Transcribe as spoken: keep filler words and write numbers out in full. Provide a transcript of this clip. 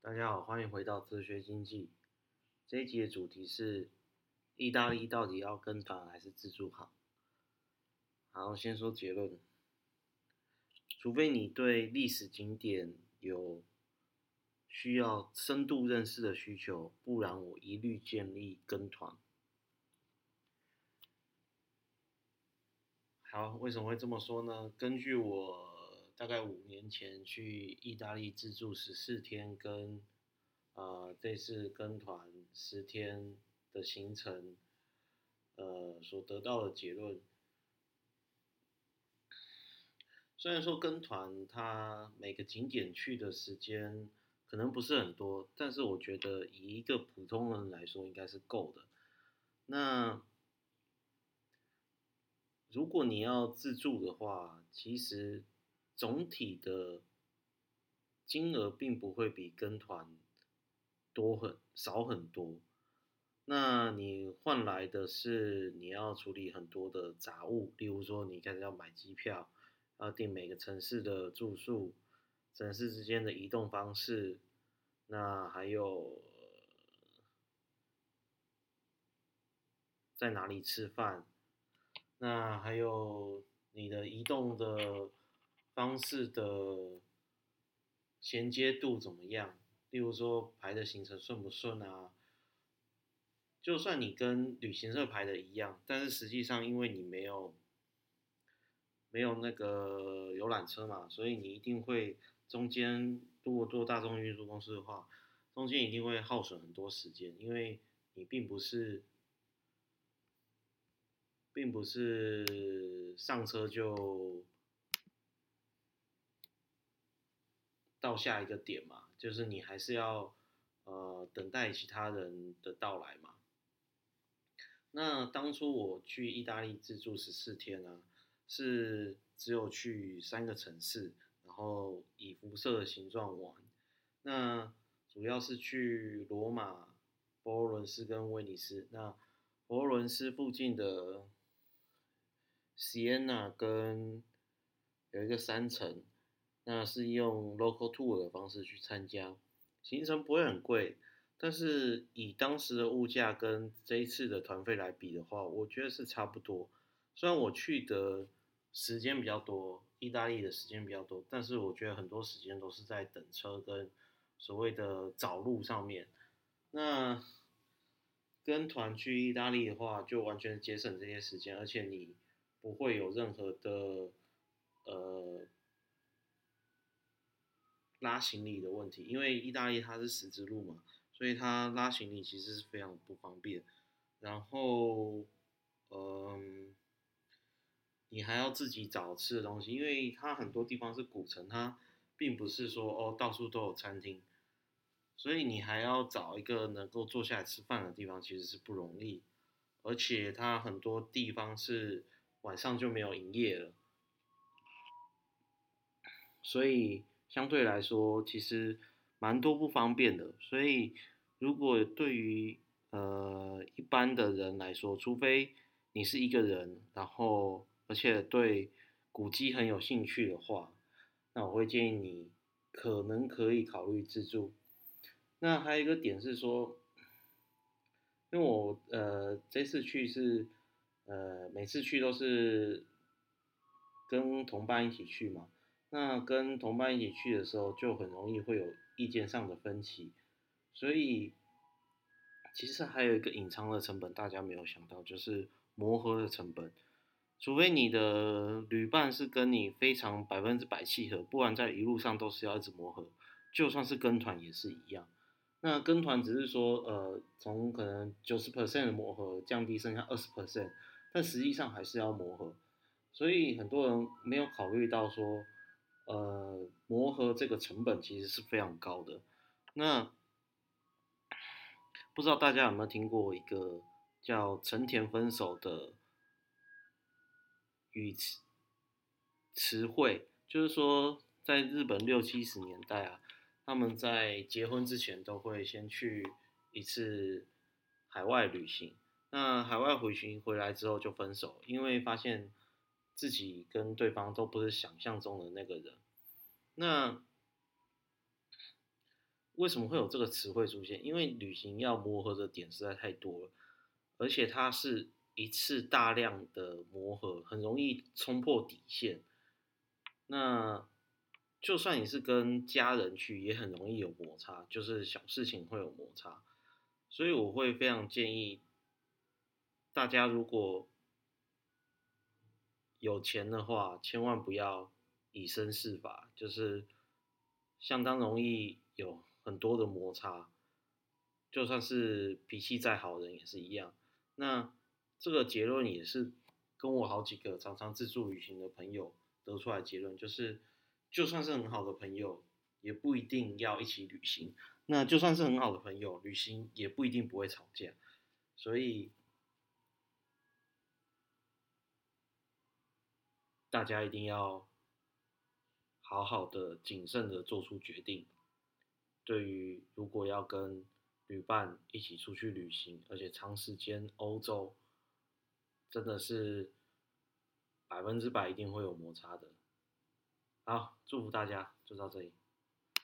大家好，欢迎回到哲学经济。这一集的主题是意大利到底要跟团还是自助好？好，先说结论。除非你对历史景点有需要深度认识的需求，不然我一律建议跟团。好，为什么会这么说呢？根据我大概五年前去意大利自助十四天跟呃这次跟团十天的行程，呃所得到的结论，虽然说跟团它每个景点去的时间可能不是很多，但是我觉得以一个普通人来说应该是够的。那如果你要自助的话，其实总体的金额并不会比跟团多很少很多。那你换来的是你要处理很多的杂物，例如说你开始要买机票，要订每个城市的住宿，城市之间的移动方式，那还有在哪里吃饭，那还有你的移动的方式的衔接度怎么样？例如说排的行程顺不顺啊？就算你跟旅行社排的一样，但是实际上因为你没有没有那个游览车嘛，所以你一定会中间如果做大众运输公司的话，中间一定会耗损很多时间，因为你并不是并不是上车就到下一个点嘛，就是你还是要呃等待其他人的到来嘛。那当初我去意大利自助十四天啊，是只有去三个城市，然后以辐射的形状玩。那主要是去罗马、佛罗伦斯跟威尼斯。那佛罗伦斯附近的 Siena 跟有一个山城，那是用 local tour 的方式去参加，行程不会很贵，但是以当时的物价跟这一次的团费来比的话，我觉得是差不多。虽然我去的时间比较多，意大利的时间比较多，但是我觉得很多时间都是在等车跟所谓的找路上面。那跟团去意大利的话，就完全节省这些时间，而且你不会有任何的呃拉行李的问题，因为意大利它是十字路嘛，所以它拉行李其实是非常不方便。然后，嗯，你还要自己找吃的东西，因为它很多地方是古城，它并不是说哦到处都有餐厅，所以你还要找一个能够坐下来吃饭的地方，其实是不容易。而且它很多地方是晚上就没有营业了，所以相对来说其实蛮多不方便的。所以如果对于呃一般的人来说，除非你是一个人，然后而且对古迹很有兴趣的话，那我会建议你可能可以考虑自助。那还有一个点是说，因为我呃这次去是呃每次去都是跟同伴一起去嘛，那跟同伴一起去的时候就很容易会有意见上的分歧，所以其实还有一个隐藏的成本大家没有想到，就是磨合的成本。除非你的旅伴是跟你非常百分之百契合，不然在一路上都是要一直磨合，就算是跟团也是一样。那跟团只是说，呃，从可能九十 percent 的磨合降低剩下二十 percent，但实际上还是要磨合。所以很多人没有考虑到说，呃，磨合这个成本其实是非常高的。那不知道大家有没有听过一个叫成田分手的语词词汇，就是说在日本六七十年代啊，他们在结婚之前都会先去一次海外旅行。那海外回行回来之后就分手，因为发现自己跟对方都不是想象中的那个人。那为什么会有这个词汇出现？因为旅行要磨合的点实在太多了，而且它是一次大量的磨合，很容易冲破底线。那就算你是跟家人去，也很容易有摩擦，就是小事情会有摩擦。所以我会非常建议大家，如果有钱的话，千万不要以身试法，就是相当容易有很多的摩擦。就算是脾气再好的人也是一样。那这个结论也是跟我好几个常常自助旅行的朋友得出来的结论，就是就算是很好的朋友，也不一定要一起旅行。那就算是很好的朋友，旅行也不一定不会吵架。所以大家一定要好好的、谨慎的做出决定。对于如果要跟旅伴一起出去旅行，而且长时间欧洲，真的是百分之百一定会有摩擦的。好，祝福大家，就到这里。